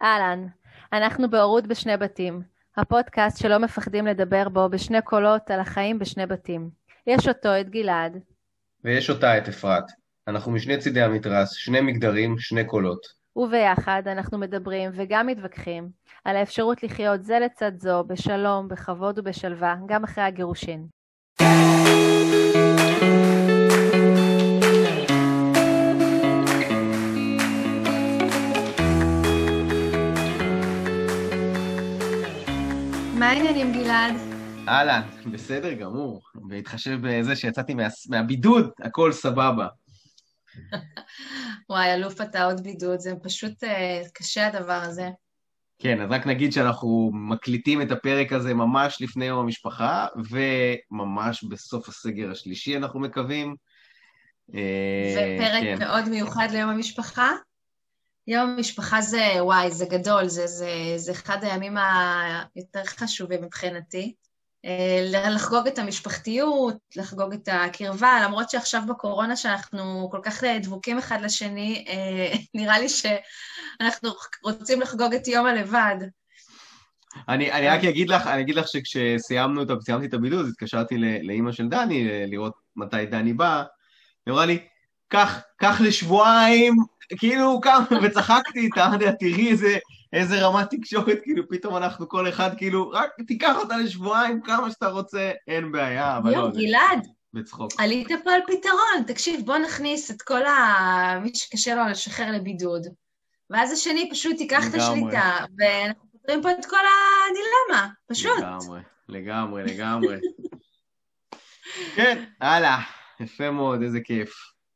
אהלן, אנחנו בהורות בשני בתים, הפודקאסט שלא מפחדים לדבר בו בשני קולות על החיים בשני בתים. יש אותו, את גלעד. ויש אותה את אפרת. אנחנו משני צידי המתרס, שני מגדרים, שני קולות. וביחד אנחנו מדברים וגם מתווכחים על האפשרות לחיות זה לצד זו בשלום, בכבוד ובשלווה, גם אחרי הגירושין. מה העניינים גלעד? אהלן, בסדר גמור. בהתחשב בזה שיצאתי מהבידוד, הכל סבבה. וואי, אלוף אתה עוד בידוד, זה פשוט קשה הדבר הזה. כן, אז רק נגיד שאנחנו מקליטים את הפרק הזה ממש לפני יום המשפחה, וממש בסוף הסגר השלישי אנחנו מקווים. ופרק כן, מאוד מיוחד ליום המשפחה. יום המשפחה זה, וואי, זה גדול, זה אחד הימים היותר חשובים מבחינתי. לחגוג את המשפחתיות, לחגוג את הקרבה, למרות שעכשיו בקורונה שאנחנו כל כך דבוקים אחד לשני, נראה לי שאנחנו רוצים לחגוג את יום הלבד. אני רק אגיד לך סיימתי את הבידוד, התקשרתי לאימא של דני, לראות מתי דני בא, היא אמרה לי, קח לשבועיים, כאילו קם, וצחקתי איתה, תראי איזה רמת תקשורת, כאילו פתאום אנחנו כל אחד, כאילו, רק תיקח אותה לשבועיים, כמה שאתה רוצה, אין בעיה, אבל לא, יום, זה גלעד, בצחוק. עלית פה על פתרון, תקשיב, בוא נכניס את כל מי שקשה לו לשחרר לבידוד, ואז השני פשוט ייקח את לגמרי, השליטה, ואנחנו פותרים פה את כל הדילמה, פשוט. לגמרי. כן, הלאה, יפה מאוד, איזה כיף.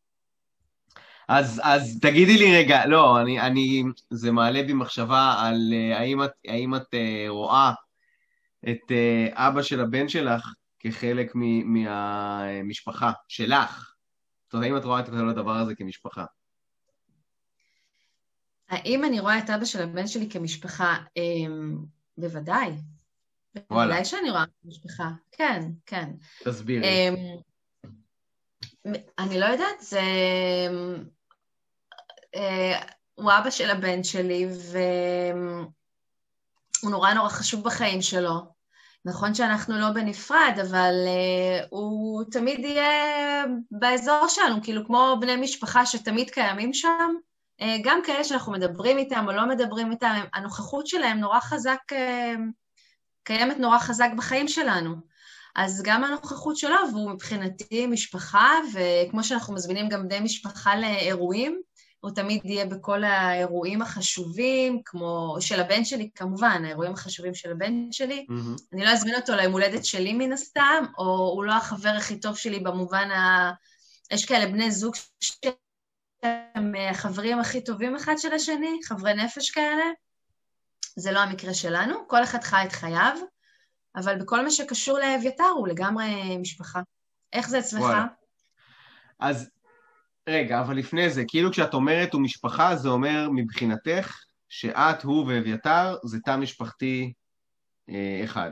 אז תגידי לי רגע, לא, זה מעלה בי מחשבה על האם את רואה את אבא של הבן שלך כחלק מהמשפחה שלך. זאת אומרת, האם את רואה את כל הדבר הזה כמשפחה? האם אני רואה את אבא של הבן שלי כמשפחה? בוודאי. וואלה, בוודאי שאני רואה משפחה. כן, כן. תסבירי. אמ, אני לא יודעת, הוא אבא של הבן שלי, והוא נורא נורא חשוב בחיים שלו. נכון שאנחנו לא בנפרד, אבל הוא תמיד יהיה באזור שלנו, כאילו כמו בני משפחה שתמיד קיימים שם, גם כאלה שאנחנו מדברים איתם או לא מדברים איתם, הנוכחות שלהם נורא חזק, קיימת נורא חזק בחיים שלנו. אז גם הנוכחות שלו, והוא מבחינתי משפחה, וכמו שאנחנו מזמינים גם בני משפחה לאירועים, הוא תמיד יהיה בכל האירועים החשובים, כמו של הבן שלי, כמובן, האירועים החשובים של הבן שלי. מהמם. אני לא אזמין אותו ליום הולדת שלי מן הסתם, או הוא לא החבר הכי טוב שלי במובן יש כאלה בני זוג שהם החברים הכי טובים אחד של השני, חברי נפש כאלה. זה לא המקרה שלנו, כל אחד חי את חייו, אבל בכל מה שקשור לאביתר הוא לגמרי משפחה. איך זה אצלך? וואלה. אז רגע, אבל לפני זה, כאילו כשאת אומרת הוא משפחה, זה אומר מבחינתך שאת, הוא ואביתר זה תא משפחתי אחד.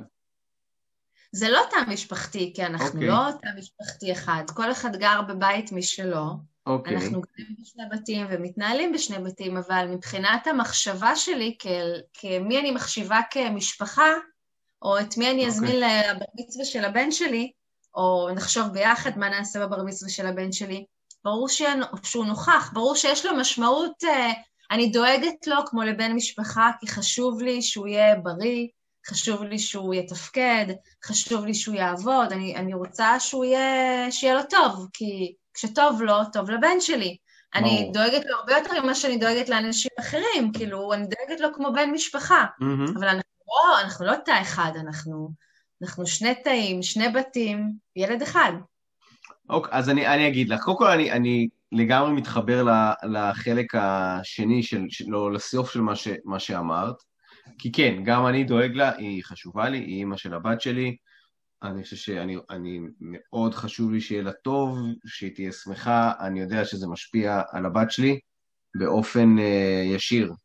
זה לא תא משפחתי, כי אנחנו אוקיי, לא תא משפחתי אחד. כל אחד גר בבית משלו. אוקיי, אנחנו גרים בשני בתים ומתנהלים בשני בתים, אבל מבחינת המחשבה שלי, כמי אני מחשיבה כמשפחה, או את מי אני אוקיי. אזמין לבר מצווה של הבן שלי, או נחשוב ביחד מה נעשה בבר מצווה של הבן שלי, ברור שהוא נוכח, ברור שיש לו משמעות, אני דואגת לו כמו לבן משפחה, כי חשוב לי שהוא יהיה בריא, חשוב לי שהוא יתפקד, חשוב לי שהוא יעבוד, אני רוצה שיהיה לו טוב, כי כשטוב לו, טוב לבן שלי. אני ברור. דואגת לו הרבה יותר ממה שאני דואגת לאנשים אחרים, כאילו, אני דואגת לו כמו בן משפחה, מהמם. אבל אנחנו לא תא אחד, אנחנו שני תאים, שני בתים, ילד אחד. אוקיי, אז אני אגיד לך, קודם כל אני לגמרי מתחבר לחלק השני לא, לסיוף של מה שאמרת, כי כן, גם אני דואג לה, היא חשובה לי, היא אימא של הבת שלי, אני חושב שאני מאוד חשוב לי שיהיה לה טוב, שהיא תהיה שמחה, אני יודע שזה משפיע על הבת שלי באופן ישיר.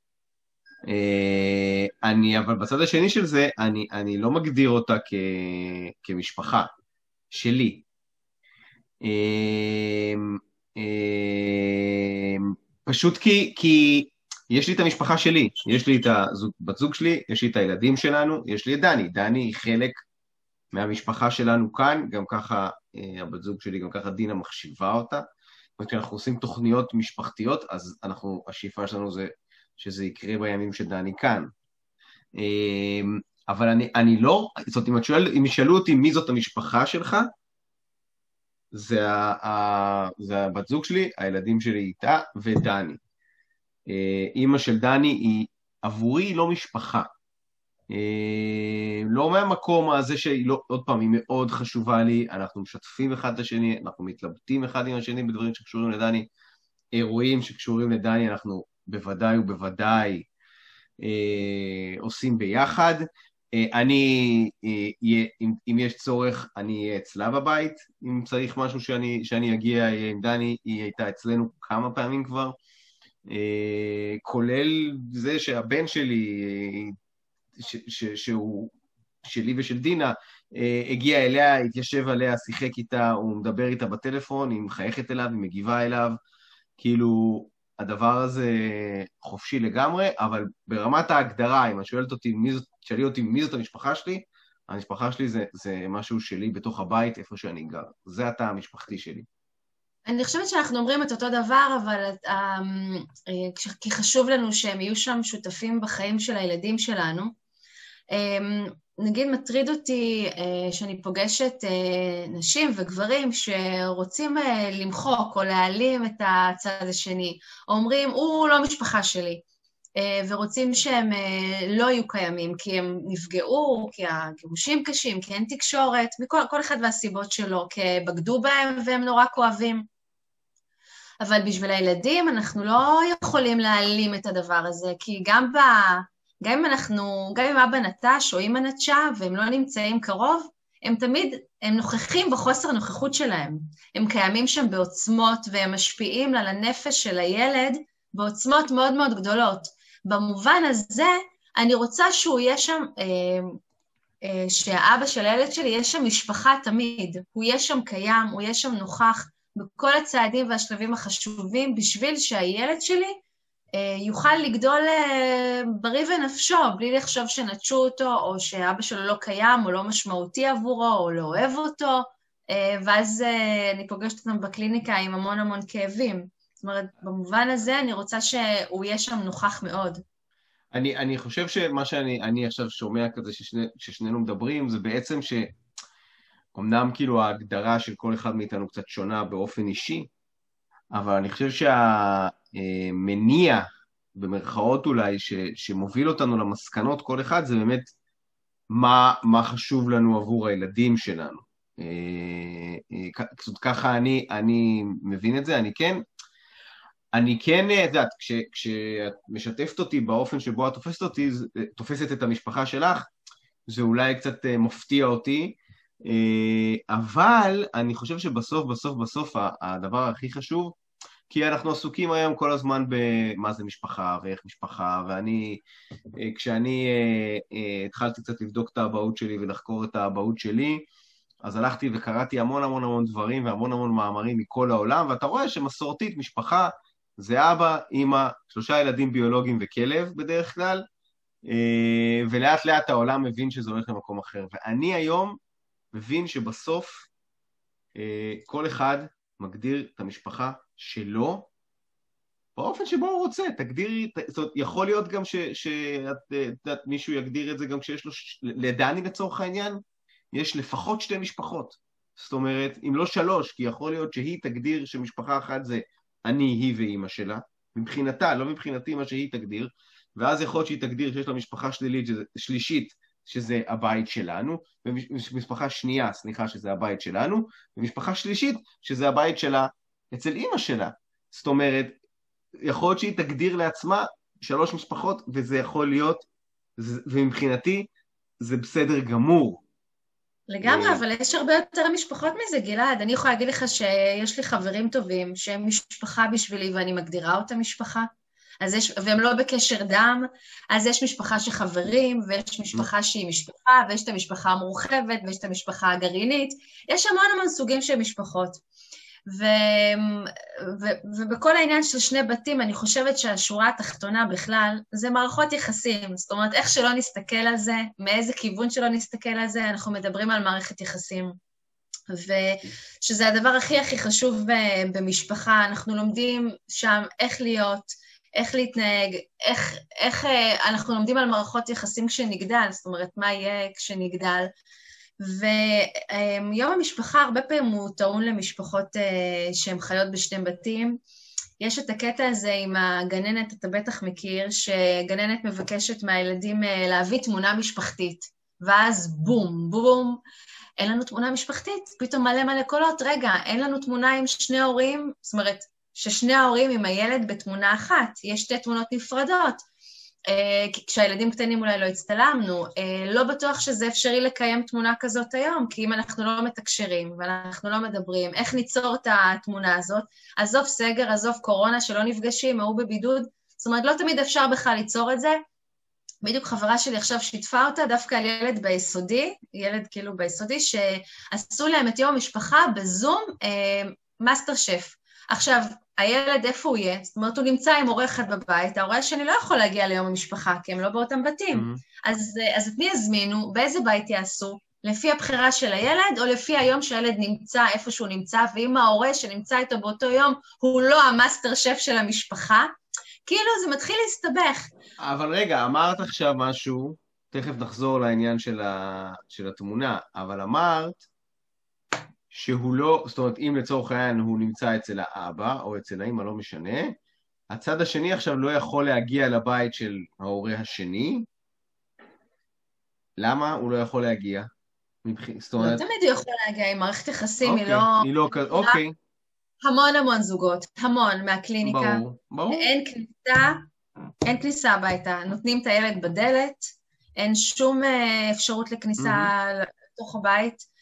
אבל בצד השני של זה, אני לא מגדיר אותה כמשפחה שלי. אמ, פשוט כי יש לי את המשפחה שלי, יש לי את בת זוג שלי, יש לי את הילדים שלנו, יש לי את דני. דני היא חלק מהמשפחה שלנו כאן, גם ככה הבת זוג שלי, גם ככה דינה מחשיבה אותה. זאת אומרת, כשאנחנו עושים תוכניות משפחתיות, אז השאיפה שלנו זה שזה יקרה בימים שדני כאן. אבל אני לא, זאת אומרת, אם ישאלו אותי מי זאת המשפחה שלך, זה הבת זוג שלי, הילדים שלי איתה ודני. אימא של דני היא עבורי לא משפחה. לא מהמקום הזה שהיא לא, עוד פעם, היא מאוד חשובה לי, אנחנו משתפים אחד את השני, אנחנו מתלבטים אחד עם השני בדברים שקשורים לדני, אירועים שקשורים לדני, אנחנו בוודאי ובוודאי עושים ביחד. אם יש צורך, אני אהיה אצלה בבית, אם צריך משהו שאני אגיע עם דני, היא הייתה אצלנו כמה פעמים כבר, כולל זה שהבן שלי, שהוא שלי ושל דינה, הגיע אליה, התיישב עליה, שיחק איתה, הוא מדבר איתה בטלפון, היא מחייכת אליו, היא מגיבה אליו, כאילו הדבר הזה חופשי לגמרי, אבל ברמת ההגדרה, אם את שואלי אותי מי זאת המשפחה שלי, המשפחה שלי זה משהו שלי בתוך הבית, איפה שאני גר. זה התא המשפחתי שלי. אני חושבת שאנחנו אומרים את אותו דבר, אבל כי חשוב לנו שהם יהיו שם שותפים בחיים של הילדים שלנו. נגיד, מטריד אותי שאני פוגשת נשים וגברים שרוצים למחוק או להעלים את הצד השני, או אומרים, הוא לא משפחה שלי, ורוצים שהם לא יהיו קיימים, כי הם נפגעו, כי הגירושים קשים, כי אין תקשורת, כל אחד והסיבות שלו, כי בגדו בהם והם נורא כואבים. אבל בשביל הילדים אנחנו לא יכולים להעלים את הדבר הזה, כי גם אם אבא נטש או אמא נטשה והם לא נמצאים קרוב, הם נוכחים בחוסר הנוכחות שלהם. הם קיימים שם בעוצמות והם משפיעים על הנפש של הילד בעוצמות מאוד מאוד גדולות. במובן הזה אני רוצה שהוא יהיה שם, שהאבא של הילד שלי יהיה שם משפחה תמיד, הוא יהיה שם קיים, הוא יהיה שם נוכח, בכל הצעדים והשלבים החשובים, בשביל שהילד שלי יוכל לגדול בריא ונפשו, בלי לחשוב שנטשו אותו, או שאבא שלו לא קיים, או לא משמעותי עבורו, או לא אוהב אותו, ואז אני פוגשת אותם בקליניקה עם המון המון כאבים. זאת אומרת, במובן הזה אני רוצה שהוא יהיה שם נוכח מאוד. אני חושב שמה שאני עכשיו שומע כזה ששנינו מדברים, זה בעצם אמנם כאילו ההגדרה של כל אחד מאיתנו קצת שונה באופן אישי, אבל אני חושב שהמניע, במרכאות אולי, שמוביל אותנו למסקנות כל אחד, זה באמת מה חשוב לנו עבור הילדים שלנו. ככה אני מבין את זה, אני כן, יודעת, כשאת משתפת אותי באופן שבו את תופסת את המשפחה שלך, זה אולי קצת מפתיע אותי, אבל אני חושב שבסוף הדבר הכי חשוב, כי אנחנו עסוקים היום כל הזמן במה זה משפחה ואיך משפחה, כשאני התחלתי קצת לבדוק את האבהות שלי ולחקור את האבהות שלי, אז הלכתי וקראתי המון דברים והמון מאמרים מכל העולם, ואתה רואה שמסורתית משפחה זה אבא, אמא, 3 ילדים ביולוגיים וכלב בדרך כלל, ולאט לאט העולם מבין שזה הולך למקום אחר. ואני היום מבין שבסוף כל אחד מגדיר את המשפחה שלו באופן שבו הוא רוצה. תגדירי, זאת אומרת, יכול להיות גם מישהו יגדיר את זה גם כשיש לו, לדני לצורך העניין, יש לפחות 2 משפחות. זאת אומרת, אם לא 3, כי יכול להיות שהיא תגדיר שמשפחה אחת זה אני, היא ואימא שלה, מבחינתה, לא מבחינתי מה שהיא תגדיר, ואז יכול להיות שהיא תגדיר שיש לה משפחה שלישית, שזה הבית שלנו, ומשפחה שנייה, סליחה, שזה הבית שלנו, ומשפחה שלישית, שזה הבית שלה אצל אימא שלה. זאת אומרת, יכול להיות שהיא תגדיר לעצמה 3 משפחות, וזה יכול להיות, ומבחינתי זה בסדר גמור. לגמרי, אבל יש הרבה יותר משפחות מזה, גלעד. אני יכולה להגיד לך שיש לי חברים טובים שהם משפחה בשבילי, ואני מגדירה אותה משפחה, והם לא בקשר דם, אז יש משפחה שחברים, ויש משפחה שהיא משפחה, ויש את המשפחה המורחבת, ויש את המשפחה הגרעינית, יש המון סוגים של משפחות. ו, ובכל העניין של שני בתים, אני חושבת שהשורה התחתונה בכלל, זה מערכות יחסים. זאת אומרת, איך שלא נסתכל על זה, מאיזה כיוון שלא נסתכל על זה, אנחנו מדברים על מערכת יחסים. ושזה הדבר הכי הכי חשוב במשפחה, אנחנו לומדים שם איך להיות, איך להתנהג, איך אנחנו לומדים על מערכות יחסים כשנגדל, זאת אומרת, מה יהיה כשנגדל. ויום המשפחה הרבה פעמים הוא טעון למשפחות שהן חיות בשני בתים. יש את הקטע הזה עם הגננת, אתה בטח מכיר, שגננת מבקשת מהילדים להביא תמונה משפחתית, ואז בום, בום, אין לנו תמונה משפחתית, פתאום מלא מלא קולות, רגע, אין לנו תמונה עם שני הורים, זאת אומרת, ששני ההורים עם הילד בתמונה אחת, יש שתי תמונות נפרדות, כי כשהילדים קטנים אולי לא הצטלמנו, לא בטוח שזה אפשרי לקיים תמונה כזאת היום, כי אם אנחנו לא מתקשרים ואנחנו לא מדברים, איך ניצור את התמונה הזאת? עזוב סגר, עזוב קורונה, שלא נפגשים, הוא בבידוד, זאת אומרת, לא תמיד אפשר בכלל ליצור את זה. בדיוק חברה שלי עכשיו שיתפה אותה, דווקא על ילד ביסודי, ילד כאילו ביסודי, שעשו להם את יום המשפחה בזום, מאסטר שף. עכשיו, הילד איפה הוא יהיה? זאת אומרת, הוא נמצא עם הורה אחד בבית, ההורה השני לא יכול להגיע ליום המשפחה, כי הם לא באותם בתים. אז את מי הזמינו? באיזה בית יעשו? לפי הבחירה של הילד, או לפי היום שהילד נמצא איפה שהוא נמצא, ואם ההורה שנמצא איתו באותו יום, הוא לא המאסטר שף של המשפחה, כאילו זה מתחיל להסתבך. אבל רגע, אמרת עכשיו משהו, תכף נחזור לעניין של התמונה, אבל אמרת שהוא לא, זאת אומרת, אם לצורך העניין הוא נמצא אצל האבא או אצל האמא, לא משנה, הצד השני עכשיו לא יכול להגיע לבית של ההורה השני. למה הוא לא יכול להגיע? זאת אומרת... לא תמיד הוא יכול להגיע עם מערכת יחסים, היא לא כזה, אוקיי. המון זוגות, המון מהקליניקה. ברור. אין כניסה הביתה, נותנים את הילד בדלת, אין שום אפשרות לכניסה לתוך הבית,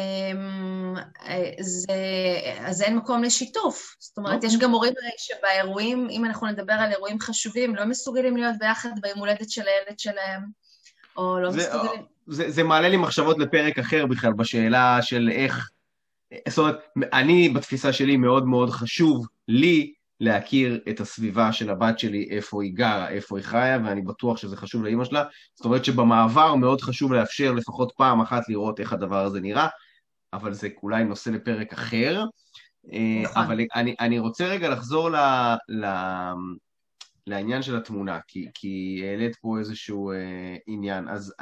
אז אין מקום לשיתוף. זאת אומרת, יש גם הורים שבאירועים, אם אנחנו נדבר על אירועים חשובים, לא מסוגלים להיות ביחד ביום הולדת של הילד שלהם, או לא מסוגלים. זה מעלה לי מחשבות לפרק אחר בכלל, בשאלה של איך, זאת אומרת, אני בתפיסה שלי מאוד מאוד חשוב לי להכיר את הסביבה של הבת שלי, איפה היא גרה, איפה היא חיה, ואני בטוח שזה חשוב לאמא שלה. זאת אומרת שבמעבר מאוד חשוב לאפשר לפחות פעם אחת לראות איך הדבר הזה נראה, אבל זה אולי נושא לפרק אחר. אבל אני רוצה רגע לחזור לעניין של התמונה, כי העלית פה איזשהו עניין. אז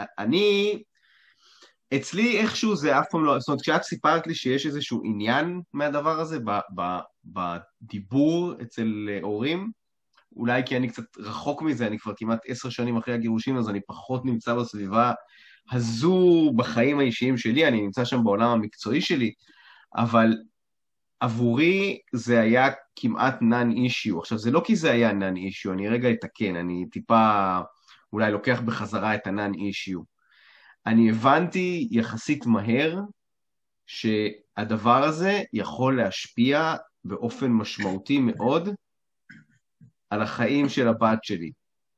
אצלי איכשהו זה אף פעם לא, זאת אומרת, כשאת סיפרת לי שיש איזשהו עניין מהדבר הזה, בדיבור אצל הורים, אולי כי אני קצת רחוק מזה, אני כבר כמעט 10 שנים אחרי הגירושים, אז אני פחות נמצא בסביבה הזו בחיים האישיים שלי, אני נמצא שם בעולם המקצועי שלי, אבל עבורי זה היה כמעט non-issue. עכשיו, זה לא כי זה היה non-issue, אני רגע אתקן, אני טיפה אולי לוקח בחזרה את ה-non-issue. אני הבנתי יחסית מהר שהדבר הזה יכול להשפיע באופן משמעותי מאוד על החיים של הבת שלי.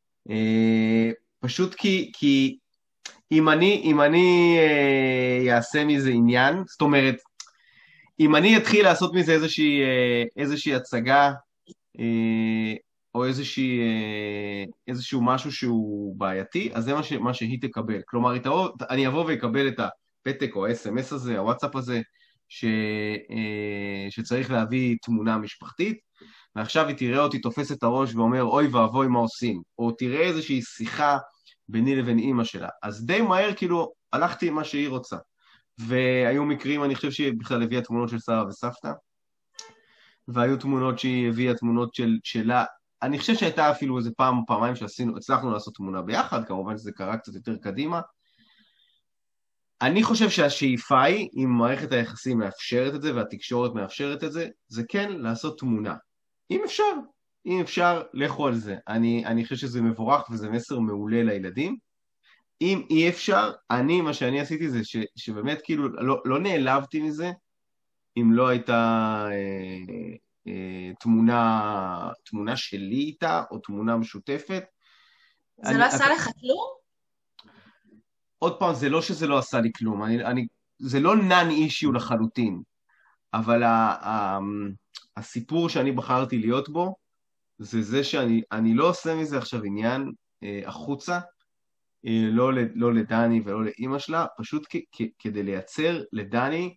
פשוט כי אם אני אעשה מזה עניין, זאת אומרת, אם אני אתחיל לעשות מזה איזושהי הצגה, או איזשהו משהו שהוא בעייתי, אז זה מה שהיא תקבל. כלומר, אני אבוא ויקבל את הפתק או ה-SMS הזה, הוואטסאפ הזה, שצריך להביא תמונה משפחתית, ועכשיו היא תראה אותי תופס את הראש ואומר, אוי ואבוי מה עושים, או תראה איזושהי שיחה ביני לבין אמא שלה. אז די מהר כאילו הלכתי עם מה שהיא רוצה. והיו מקרים, אני חושב שהיא בכלל הביאה תמונות של סבא וסבתא, והיו תמונות שהיא הביאה תמונות שלה, אני חושב שהייתה אפילו איזה פעם או פעמיים שהצלחנו לעשות תמונה ביחד, כמובן שזה קרה קצת יותר קדימה. אני חושב שהשאיפה היא, אם מערכת היחסים מאפשרת את זה, והתקשורת מאפשרת את זה, זה כן לעשות תמונה. אם אפשר, לכו על זה. אני חושב שזה מבורך וזה מסר מעולה לילדים. אם אי אפשר, מה שאני עשיתי זה שבאמת כאילו לא נעלבתי מזה, אם לא הייתה תמונה שלי איתה, או תמונה משותפת. זה לא עשה לך כלום? עוד פעם, זה לא שזה לא עשה לי כלום, זה לא non-issue לחלוטין, אבל הסיפור שאני בחרתי להיות בו, זה שאני לא עושה מזה עכשיו עניין החוצה, לא לדני ולא לאימא שלה, פשוט כדי לייצר לדני,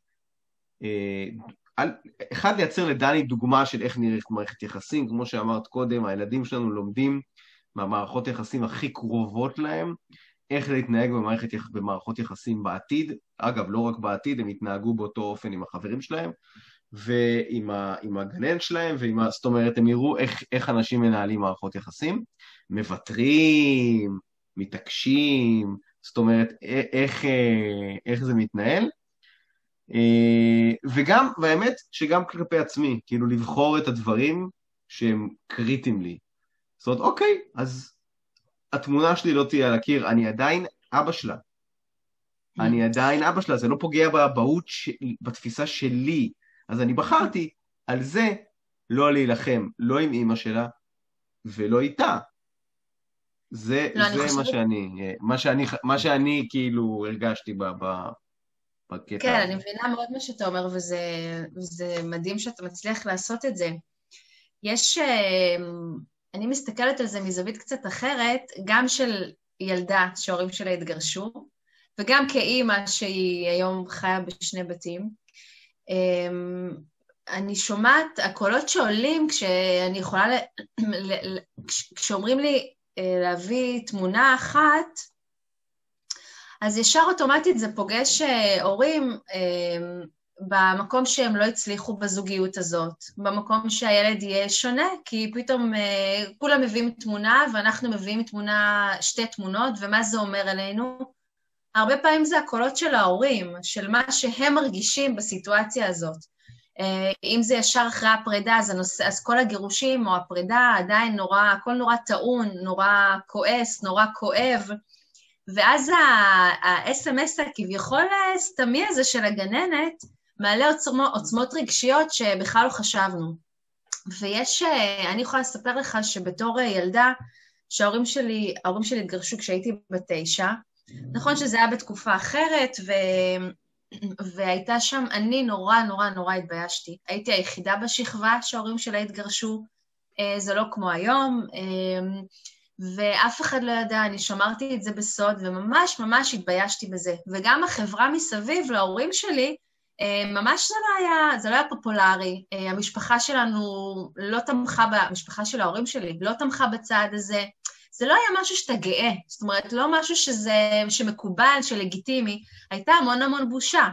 אחד, לייצר לדני דוגמה של איך נראית מערכת יחסים, כמו שאמרת קודם, הילדים שלנו לומדים מהמערכות יחסים הכי קרובות להם, איך להתנהג במערכות יחסים בעתיד. אגב, לא רק בעתיד, הם יתנהגו באותו אופן עם החברים שלהם, ועם הגנן שלהם, זאת אומרת, הם יראו איך אנשים מנהלים מערכות יחסים, מוותרים, מתעקשים, זאת אומרת, איך זה מתנהל, וגם, והאמת, שגם כלפי עצמי, כאילו לבחור את הדברים שהם קריטיים לי. זאת אומרת, אוקיי, אז התמונה שלי לא תהיה על הקיר, אני עדיין אבא שלה. אני עדיין אבא שלה, זה לא פוגע באבהות, בתפיסה שלי. אז אני בחרתי על זה לא להילחם, לא עם אמא שלה ולא איתה. זה מה שאני כאילו הרגשתי בקטע. כן, אני מבינה מאוד מה שאתה אומר, וזה מדהים שאתה מצליח לעשות את זה. אני מסתכלת על זה מזווית קצת אחרת, גם של ילדה שההורים שלה התגרשו, וגם כאימא שהיא היום חיה בשני בתים. אני שומעת, הקולות שעולים כשאני יכולה, כשאומרים לי להביא תמונה אחת, אז ישר אוטומטית זה פוגש הורים במקום שהם לא הצליחו בזוגיות הזאת, במקום שהילד יהיה שונה, כי פתאום כולם מביאים תמונה, ואנחנו מביאים שתי תמונות, ומה זה אומר עלינו? הרבה פעמים זה הקולות של ההורים, של מה שהם מרגישים בסיטואציה הזאת. אם זה ישר אחרי הפרידה, אז כל הגירושים או הפרידה עדיין הכל נורא טעון, נורא כועס, נורא כואב, ואז ה-SMS הכביכול סתמי הזה של הגננת, מעלה עוצמות רגשיות שבכלל לא חשבנו. אני יכולה לספר לך שבתור ילדה, שההורים שלי התגרשו כשהייתי ב9, נכון שזה היה בתקופה אחרת, והייתה שם, אני נורא התביישתי. הייתי היחידה בשכבה שההורים שלה התגרשו, זה לא כמו היום, ואף אחד לא ידע, אני שמרתי את זה בסוד, וממש התביישתי בזה. וגם החברה מסביב להורים שלי, ממש זה לא היה פופולרי. המשפחה שלנו לא תמכה, המשפחה של ההורים שלי לא תמכה בצעד הזה. זה לא היה משהו שאתה גאה, זאת אומרת, לא משהו שמקובל, שלגיטימי. הייתה המון בושה.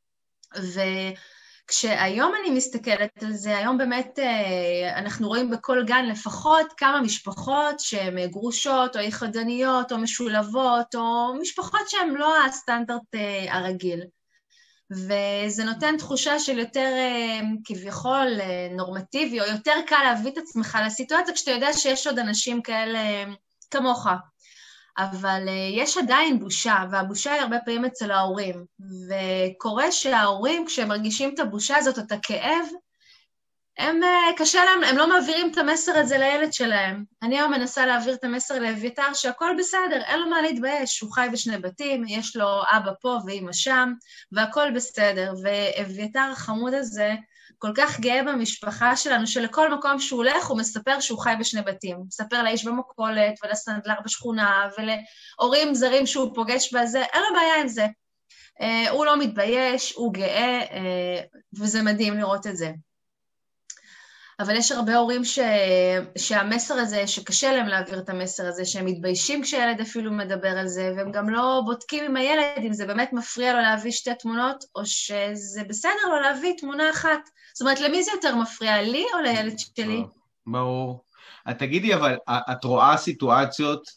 כשהיום אני מסתכלת על זה, היום באמת אנחנו רואים בכל גן לפחות כמה משפחות שהן גרושות או יחדניות או משולבות או משפחות שהן לא הסטנדרט הרגיל. וזה נותן תחושה של יותר כביכול נורמטיבי, או יותר קל להביא את עצמך לסיטואציה כשאתה יודע שיש עוד אנשים כאלה כמוך. אבל יש עדיין בושה, והבושה היא הרבה פעמים אצל ההורים, וקורה שההורים, כשהם מרגישים את הבושה הזאת, את הכאב, קשה להם, הם לא מעבירים את המסר הזה לילד שלהם. אני היום מנסה להעביר את המסר לאביתר, שהכל בסדר, אין לו מה להתבייש, הוא חי בשני בתים, יש לו אבא פה ואמא שם, והכל בסדר, ואביתר החמוד הזה, כל כך גאה במשפחה שלנו, שלכל מקום שהוא הולך, הוא מספר שהוא חי בשני בתים. הוא מספר לאיש במקולת, ולסנדלר בשכונה, ולהורים זרים שהוא פוגש בזה, אין לו בעיה עם זה. הוא לא מתבייש, הוא גאה, וזה מדהים לראות את זה. אבל יש הרבה הורים שהמסר הזה, שקשה להם להעביר את המסר הזה, שהם מתביישים כשילד אפילו מדבר על זה, והם גם לא בודקים עם הילד אם זה באמת מפריע לו להביא שתי תמונות, או שזה בסדר לו להביא תמונה אחת. זאת אומרת, למי זה יותר מפריע, לי או לילד שלי? ברור. תגידי, אבל את רואה סיטואציות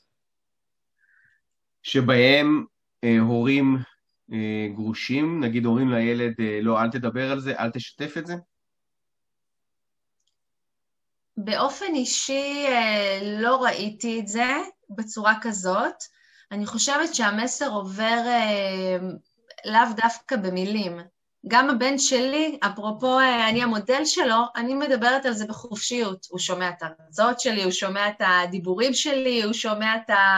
שבהם הורים גרושים, נגיד הורים לילד, לא, אל תדבר על זה, אל תשתף את זה? באופן אישי לא ראיתי את זה בצורה כזאת. אני חושבת שהמסר עובר לאו דווקא במילים. גם הבן שלי, אפרופו אני המודל שלו, אני מדברת על זה בחופשיות. הוא שומע את ההרצאות שלי, הוא שומע את הדיבורים שלי, הוא שומע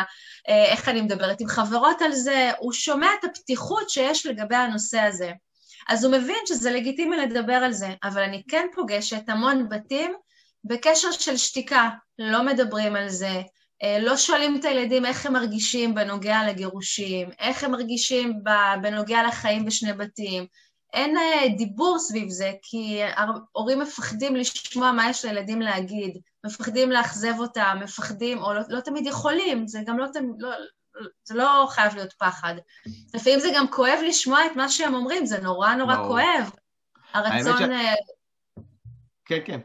איך אני מדברת עם חברות על זה, הוא שומע את הפתיחות שיש לגבי הנושא הזה. אז הוא מבין שזה לגיטימי לדבר על זה, אבל אני כן פוגשת המון בתים בקשר של שתיקה, לא מדברים על זה, לא שואלים את הילדים איך הם מרגישים בנוגע לגירושים, איך הם מרגישים בנוגע לחיים בשני בתים. אין דיבור סביב זה, כי הורים מפחדים לשמוע מה יש לילדים להגיד, מפחדים לאכזב אותם, מפחדים, או לא תמיד יכולים, זה גם לא תמיד, זה לא חייב להיות פחד. לפעמים זה גם כואב לשמוע את מה שהם אומרים, זה נורא נורא כואב. הרצון... כן, כן.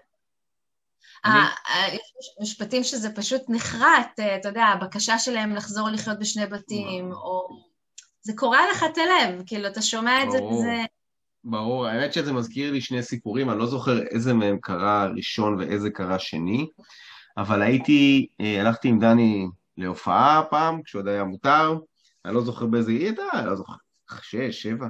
יש משפטים שזה פשוט נחרט, אתה יודע, הבקשה שלהם לחזור לחיות בשני בתים, או... זה קורא לך את הלב, כאילו, אתה שומע את זה וזה... ברור, האמת שזה מזכיר לי שני סיפורים, אני לא זוכר איזה מהם קרה ראשון ואיזה קרה שני, אבל הלכתי עם דני להופעה פעם, כשעוד היה מותר, אני לא זוכר באיזה ידע, אני לא זוכר, 6, 7,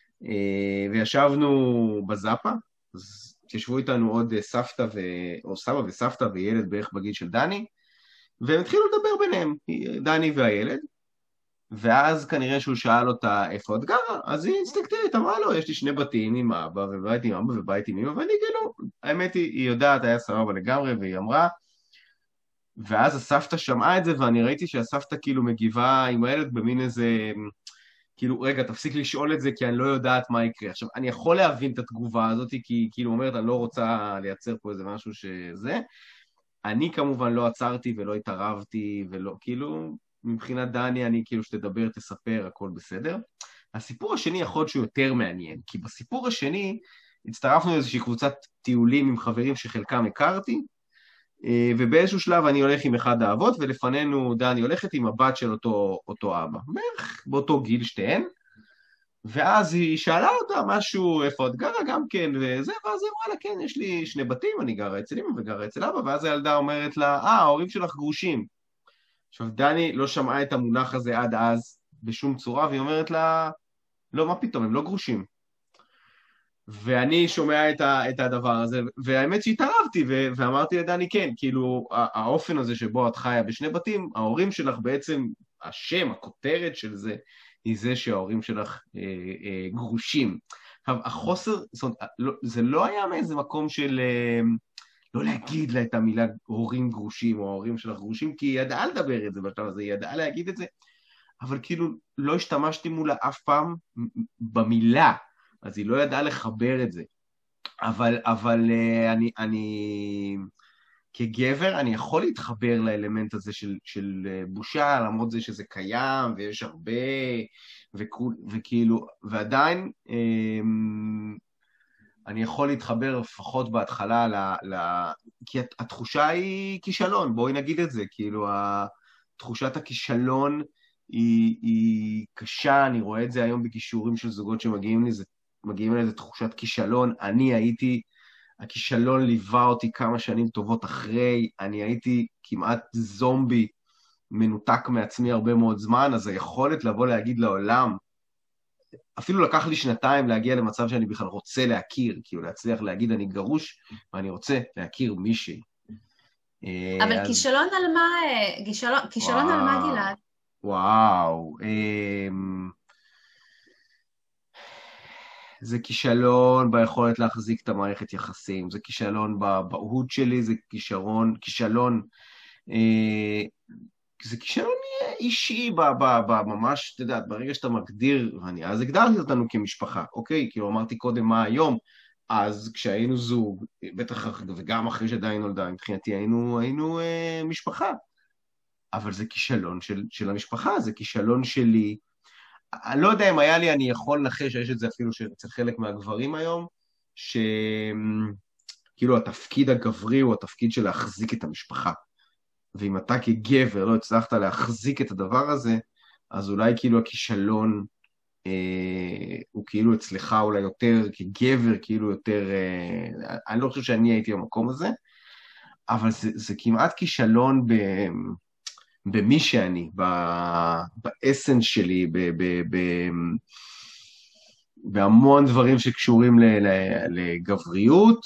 וישבנו בזאפה, אז התיישבו איתנו עוד סבתא או סבא וסבתא וילד בערך בגיל של דני, והם התחילו לדבר ביניהם, דני והילד, ואז כנראה שהוא שאל אותה איפה את גרה, אז היא אינסטינקטיבית אמרה לו, יש לי 2 בתים עם אבא, ובית עם אבא ובית עם אמא, ואני כאילו, האמת היא יודעת, היה סבבה לגמרי, והיא אמרה, ואז הסבתא שמעה את זה, ואני ראיתי שהסבתא כאילו מגיבה עם הילד במין איזה, כאילו, רגע, תפסיק לשאול את זה, כי אני לא יודעת מה יקרה. עכשיו, אני יכול להבין את התגובה הזאת, כי כאילו אומרת, אני לא רוצה לייצר פה איזה משהו שזה. אני כמובן לא עצרתי ולא התערבתי, ולא, כאילו, מבחינת דני, אני כאילו שתדבר, תספר, הכל בסדר. הסיפור השני יכול להיות שהוא יותר מעניין, כי בסיפור השני הצטרפנו לאיזושהי קבוצת טיולים עם חברים שחלקם הכרתי, ובאיזשהו שלב אני הולך עם אחד האבות, ולפנינו דני הולכת עם הבת של אותו אבא, בערך באותו גיל שתיהן, ואז היא שאלה אותה משהו, איפה את גרה גם כן, וזה, ואז היא אמרה לה, כן, יש לי 2 בתים, אני גרה אצל אמא וגרה אצל אבא, ואז הילדה אומרת לה, ההורים שלך גרושים. עכשיו, דני לא שמעה את המונח הזה עד אז בשום צורה, והיא אומרת לה, לא, מה פתאום, הם לא גרושים. ואני שומע את הדבר הזה, והאמת שהתערבתי, ואמרתי לדני, כן, כאילו, האופן הזה שבו את חיה בשני בתים, ההורים שלך בעצם, השם, הכותרת של זה, היא זה שההורים שלך גרושים. עכשיו, החוסר, זאת אומרת, זה לא היה מאיזה מקום של לא להגיד לה את המילה הורים גרושים, או ההורים שלך גרושים, כי היא ידעה לדבר את זה בשלב הזה, היא ידעה להגיד את זה, אבל כאילו לא השתמשתי מולה אף פעם במילה, אז היא לא ידעה לחבר את זה. אבל אני כגבר, אני יכול להתחבר לאלמנט הזה של בושה, למרות זה שזה קיים, ויש הרבה, וכאילו, ועדיין, אני יכול להתחבר לפחות בהתחלה, כי התחושה היא כישלון, בואי נגיד את זה, כאילו, תחושת הכישלון היא קשה, אני רואה את זה היום בגישורים של זוגות שמגיעים לאיזה תחושת כישלון, אני הייתי, הכישלון ליווה אותי כמה שנים טובות אחרי, אני הייתי כמעט זומבי, מנותק מעצמי הרבה מאוד זמן, אז היכולת לבוא להגיד לעולם, אפילו לקח לי 2 להגיע למצב שאני בכלל רוצה להכיר, כאילו להצליח להגיד אני גרוש, ואני רוצה להכיר מישהי. אבל כישלון על מה, כישלון על מה גלעד? וואו, זה כישלון ביכולת להחזיק את המערכת יחסים, זה כישלון בהות שלי, זה כישלון, זה כישלון אישי, ממש, אתה יודע, ברגע שאתה מגדיר, אז הגדרתי אותנו כמשפחה, אוקיי? כאילו אמרתי קודם מה היום, אז כשהיינו זוג, בטח וגם אחרי שדי נולדה, מבחינתי היינו משפחה, אבל זה כישלון של המשפחה, זה כישלון שלי, אני לא יודע אם היה לי, אני יכול לנחש שיש את זה אפילו אצל חלק מהגברים היום, שכאילו התפקיד הגברי הוא התפקיד של להחזיק את המשפחה. ואם אתה כגבר לא הצלחת להחזיק את הדבר הזה, אז אולי כאילו הכישלון הוא כאילו אצלך אולי יותר, כגבר כאילו יותר, אני לא חושב שאני הייתי במקום הזה, אבל זה כמעט כישלון במי שאני, באסנס שלי, בהמון דברים שקשורים לגבריות,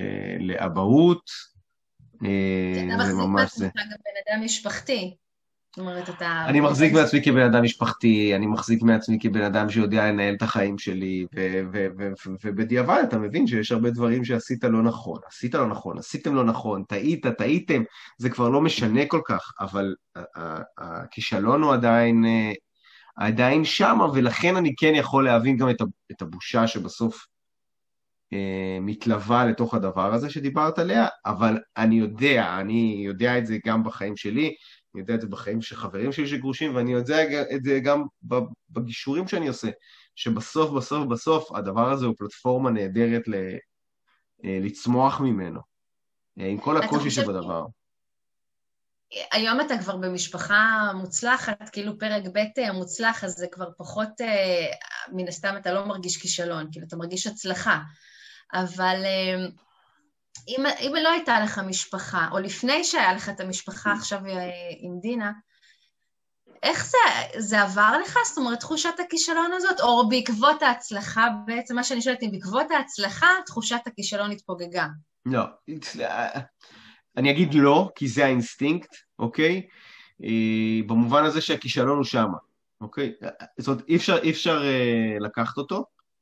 לאבהות, אתה מחזיק בעצמך גם בן אדם משפחתי. זאת אומרת, אתה אני מחזיק באופן... מעצמי כבן אדם משפחתי, אני מחזיק מעצמי כבן אדם שיודע לנהל את החיים שלי, ובדיעבד אתה מבין שיש הרבה דברים שעשית לא נכון, עשית לא נכון, עשיתם לא נכון, טעיתם, זה כבר לא משנה כל כך, אבל הכישלון הוא עדיין שמה, ולכן אני כן יכול להבין גם את הבושה שבסוף מתלווה לתוך הדבר הזה שדיברת עליה, אבל אני יודע את זה גם בחיים שלי, אני יודע את זה בחיים של חברים שלי שגרושים, ואני יודע את זה גם בגישורים שאני עושה, שבסוף, בסוף, בסוף, הדבר הזה הוא פלטפורמה נהדרת לצמוח ממנו, עם כל אתה הקושי חושב שבדבר. היום אתה כבר במשפחה מוצלחת, כאילו פרק ב' מוצלח, אז זה כבר פחות, מן הסתם אתה לא מרגיש כישלון, כאילו אתה מרגיש הצלחה. אבל אם לא הייתה לך משפחה, או לפני שהיה לך את המשפחה עכשיו עם דינה, איך זה עבר לך? זאת אומרת, תחושת הכישלון הזאת, או בעקבות ההצלחה, בעצם מה שאני שואלת, אם בעקבות ההצלחה, תחושת הכישלון התפוגגה. לא, אני אגיד לא, כי זה האינסטינקט, אוקיי? במובן הזה שהכישלון הוא שמה, אוקיי? זאת אומרת, אי אפשר לקחת אותו,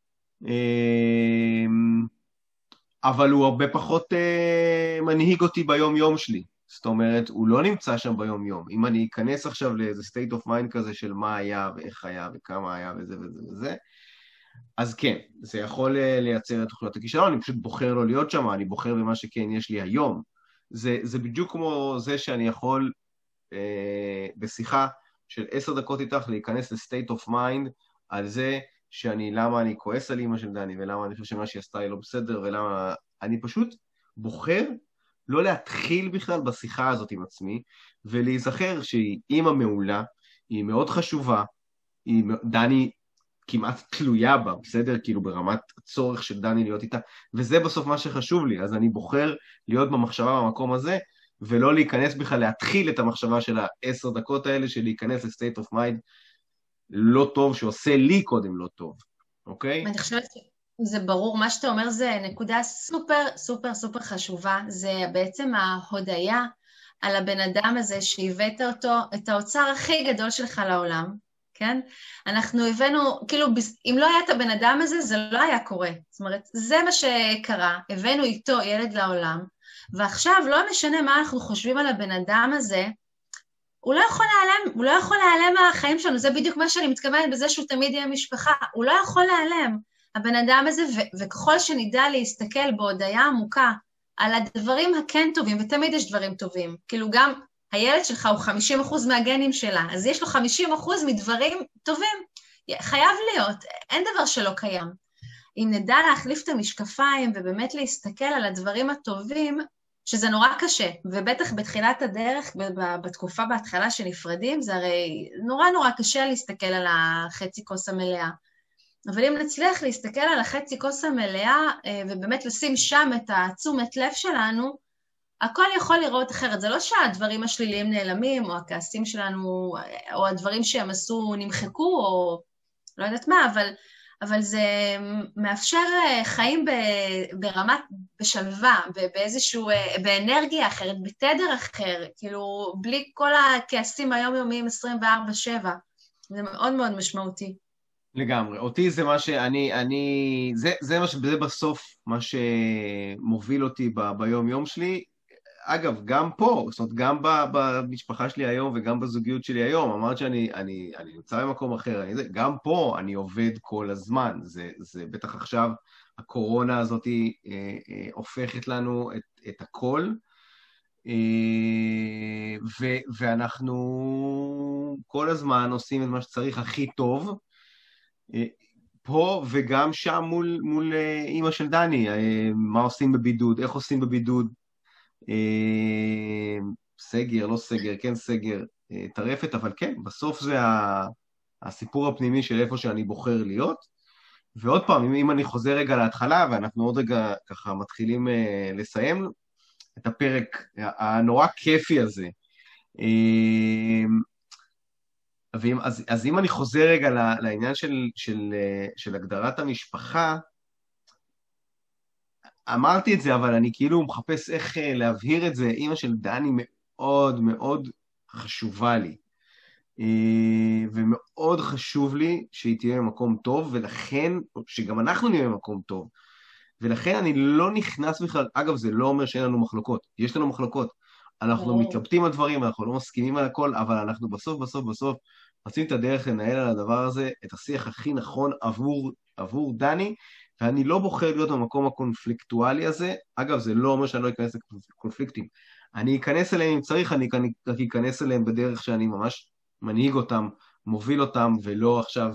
אבל הוא הרבה פחות מנהיג אותי ביום יום שלי. זאת אומרת, הוא לא נמצא שם ביום יום. אם אני אכנס עכשיו לאיזה state of mind כזה של מה היה ואיך היה וכמה היה וזה וזה וזה, אז כן, זה יכול לייצר את תחושת הכישלון, אני פשוט בוחר לא להיות שם, אני בוחר במה שכן יש לי היום. זה בדיוק כמו זה שאני יכול בשיחה של 10 דקות איתך להיכנס ל-state of mind על זה למה אני כועס על אמא של דני, ולמה אני חושב שמה שהיא עשתה היא לא בסדר, ולמה אני פשוט בוחר לא להתחיל בכלל בשיחה הזאת עם עצמי, ולהיזכר שהיא אמא מעולה, היא מאוד חשובה, דני כמעט תלויה בה, בסדר? כאילו ברמת הצורך של דני להיות איתה, וזה בסוף מה שחשוב לי, אז אני בוחר להיות במחשבה במקום הזה, ולא להיכנס בכלל, להתחיל את המחשבה של 10 דקות האלה, של להיכנס ל-state of mind לא טוב, שעושה לי קודם לא טוב, אוקיי? אני חושבת שזה ברור, מה שאתה אומר זה נקודה סופר סופר סופר חשובה, זה בעצם ההודעה על הבן אדם הזה שהבאת אותו, את האוצר הכי גדול שלך לעולם, כן? אנחנו הבאנו, כאילו, אם לא היה את הבן אדם הזה, זה לא היה קורה. זאת אומרת, זה מה שקרה, הבאנו איתו ילד לעולם, ועכשיו לא משנה מה אנחנו חושבים על הבן אדם הזה, הוא לא יכול להיעלם מהחיים שלנו, זה בדיוק מה שאני מתכוונת בזה שהוא תמיד יהיה משפחה, הוא לא יכול להיעלם, הבן אדם הזה, וככל שנדע להסתכל בהודעה עמוקה על הדברים הכן טובים, ותמיד יש דברים טובים, כאילו גם הילד שלך הוא 50% מהגנים שלה, אז יש לו 50% מדברים טובים, חייב להיות, אין דבר שלא קיים. אם נדע להחליף את המשקפיים ובאמת להסתכל על הדברים הטובים, שזה נורא קשה, ובטח בתחילת הדרך, בתקופה בהתחלה שנפרדים, זה הרי נורא נורא קשה להסתכל על החצי כוס המלאה. אבל אם נצליח להסתכל על החצי כוס המלאה, ובאמת לשים שם את התשומת לב שלנו, הכל יכול לראות אחרת. זה לא שהדברים השליליים נעלמים, או הכעסים שלנו, או הדברים שהם עשו נמחקו, או לא יודעת מה, אבל זה מאפשר חיים ברמת, בשלווה, באיזשהו, באנרגיה אחרת, בתדר אחר, כאילו, בלי כל הכעסים היומיומיים 24/7. זה מאוד מאוד משמעותי. לגמרי. אותי זה מה זה בסוף מה שמוביל אותי ביום יום שלי. אגב, גם פה, זאת אומרת, גם במשפחה שלי היום וגם בזוגיות שלי היום, אמרת שאני נמצא במקום אחר, גם פה אני עובד כל הזמן, זה בטח עכשיו, הקורונה הזאת הופכת לנו את הכל, ואנחנו כל הזמן עושים את מה שצריך הכי טוב, פה וגם שם מול אמא של דני, מה עושים בבידוד, איך עושים בבידוד, סגר, לא סגר, כן סגר, טרפת, אבל כן, בסוף זה הסיפור הפנימי של איפה שאני בוחר להיות. ועוד פעם, אם אני חוזר רגע להתחלה, ואנחנו עוד רגע ככה מתחילים לסיים את הפרק הנורא כיפי הזה, אז אם אני חוזר רגע לעניין של הגדרת המשפחה, אמרתי את זה, אבל אני כאילו מחפש איך להבהיר את זה. אמא של דני מאוד מאוד חשובה לי. ומאוד חשוב לי שהיא תהיה במקום טוב, ולכן, שגם אנחנו נהיה במקום טוב, ולכן אני לא נכנס בכלל, אגב, זה לא אומר שאין לנו מחלוקות, יש לנו מחלוקות, אנחנו ברור. מתלבטים על דברים, אנחנו לא מסכימים על הכל, אבל אנחנו בסוף, בסוף, בסוף, מוצאים את הדרך לנהל על הדבר הזה, את השיח הכי נכון עבור דני, ואני לא בוחר להיות במקום הקונפליקטואלי הזה, אגב, זה לא אומר שאני לא אכנס לקונפליקטים, אני אכנס אליהם אם צריך, אני אכנס אליהם בדרך שאני ממש מנהיג אותם, מוביל אותם, ולא עכשיו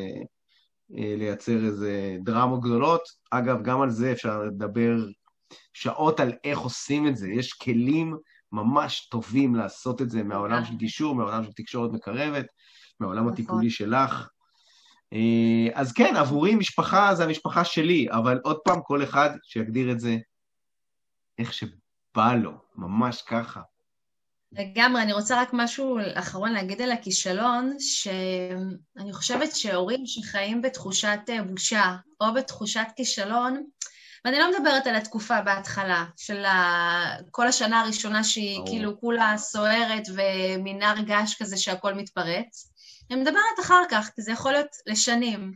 לייצר איזה דרמה גדולות. אגב, גם על זה אפשר לדבר שעות על איך עושים את זה. יש כלים ממש טובים לעשות את זה מהעולם של גישור, מהעולם של תקשורת מקרבת, מהעולם נכון. הטיפולי שלך. אז כן, עבורי משפחה זה המשפחה שלי, אבל עוד פעם, כל אחד שיגדיר את זה איך שבא לו, ממש ככה. לגמרי, אני רוצה רק משהו אחרון להגיד על הכישלון, שאני חושבת שהורים שחיים בתחושת בושה או בתחושת כישלון, ואני לא מדברת על התקופה בהתחלה, של כל השנה הראשונה שהיא כאילו כולה סוערת ומין הר געש כזה שהכל מתפרץ, אני מדברת אחר כך, כי זה יכול להיות לשנים.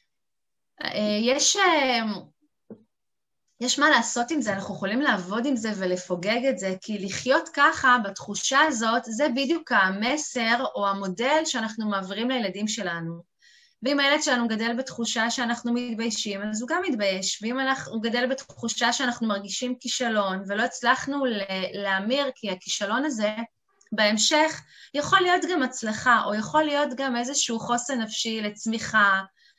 יש מה לעשות עם זה, אנחנו יכולים לעבוד עם זה ולפוגג את זה, כי לחיות ככה, בתחושה הזאת, זה בדיוק המסר או המודל שאנחנו מעבירים לילדים שלנו. ואם הילד שלנו גדל בתחושה שאנחנו מתביישים, אז הוא גם מתבייש. ואם הוא גדל בתחושה שאנחנו מרגישים כישלון, ולא הצלחנו להמיר, כי הכישלון הזה בהמשך יכול להיות גם הצלחה, או יכול להיות גם איזשהו חוסן נפשי לצמיחה,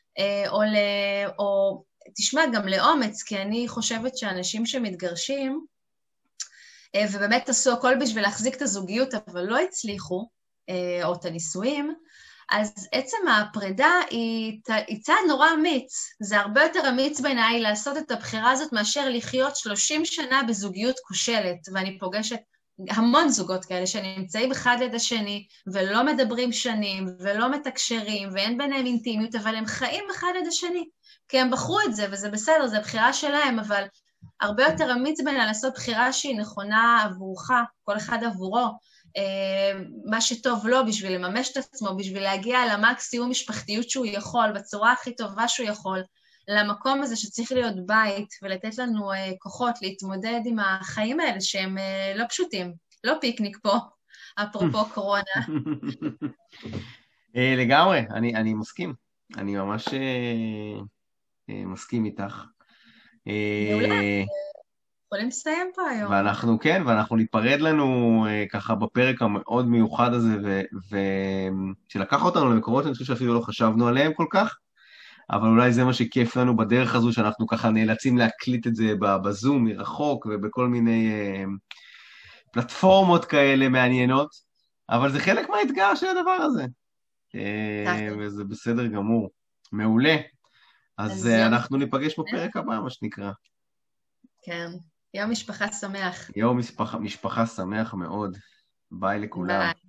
או תשמע, גם לאומץ, כי אני חושבת שאנשים שמתגרשים, ובאמת עשו הכל בשביל להחזיק את הזוגיות, אבל לא הצליחו, או את הנישואים, אז עצם הפרידה היא צעד נורא אמיץ. זה הרבה יותר אמיץ בעיניי לעשות את הבחירה הזאת מאשר לחיות 30 שנה בזוגיות כושלת, ואני פוגשת המון זוגות כאלה שנמצאים אחד ליד השני, ולא מדברים שנים, ולא מתקשרים, ואין ביניהם אינטימיות, אבל הם חיים אחד ליד השני. כי הם בחרו את זה, וזה בסדר, זו הבחירה שלהם, אבל הרבה יותר אמיץ בינה לעשות בחירה שהיא נכונה עבורך, כל אחד עבורו, מה שטוב לו בשביל לממש את עצמו, בשביל להגיע למקסימום משפחתיות שהוא יכול, בצורה הכי טובה שהוא יכול, למקום הזה שצריך להיות בית, ולתת לנו כוחות להתמודד עם החיים האלה, שהם לא פשוטים, לא פיקניק פה, אפרופו קורונה. לגמרי, אני מסכים, אני ממש מסכים איתך. מעולה, יכולים לסיים פה היום. ואנחנו כן, ואנחנו ניפרד לנו ככה בפרק המאוד מיוחד הזה, שלקח אותנו למקורות שאני חושב שאפילו לא חשבנו עליהם כל כך, אבל אולי זה מה שכיף לנו בדרך הזו, שאנחנו ככה נאלצים להקליט את זה בזום, מרחוק, ובכל מיני פלטפורמות כאלה מעניינות, אבל זה חלק מהאתגר של הדבר הזה. וזה בסדר גמור. מעולה. אז אנחנו ניפגש בפרק הבא, מה שנקרא. כן. יום משפחה שמח. יום משפחה שמח מאוד. ביי לכולם. ביי.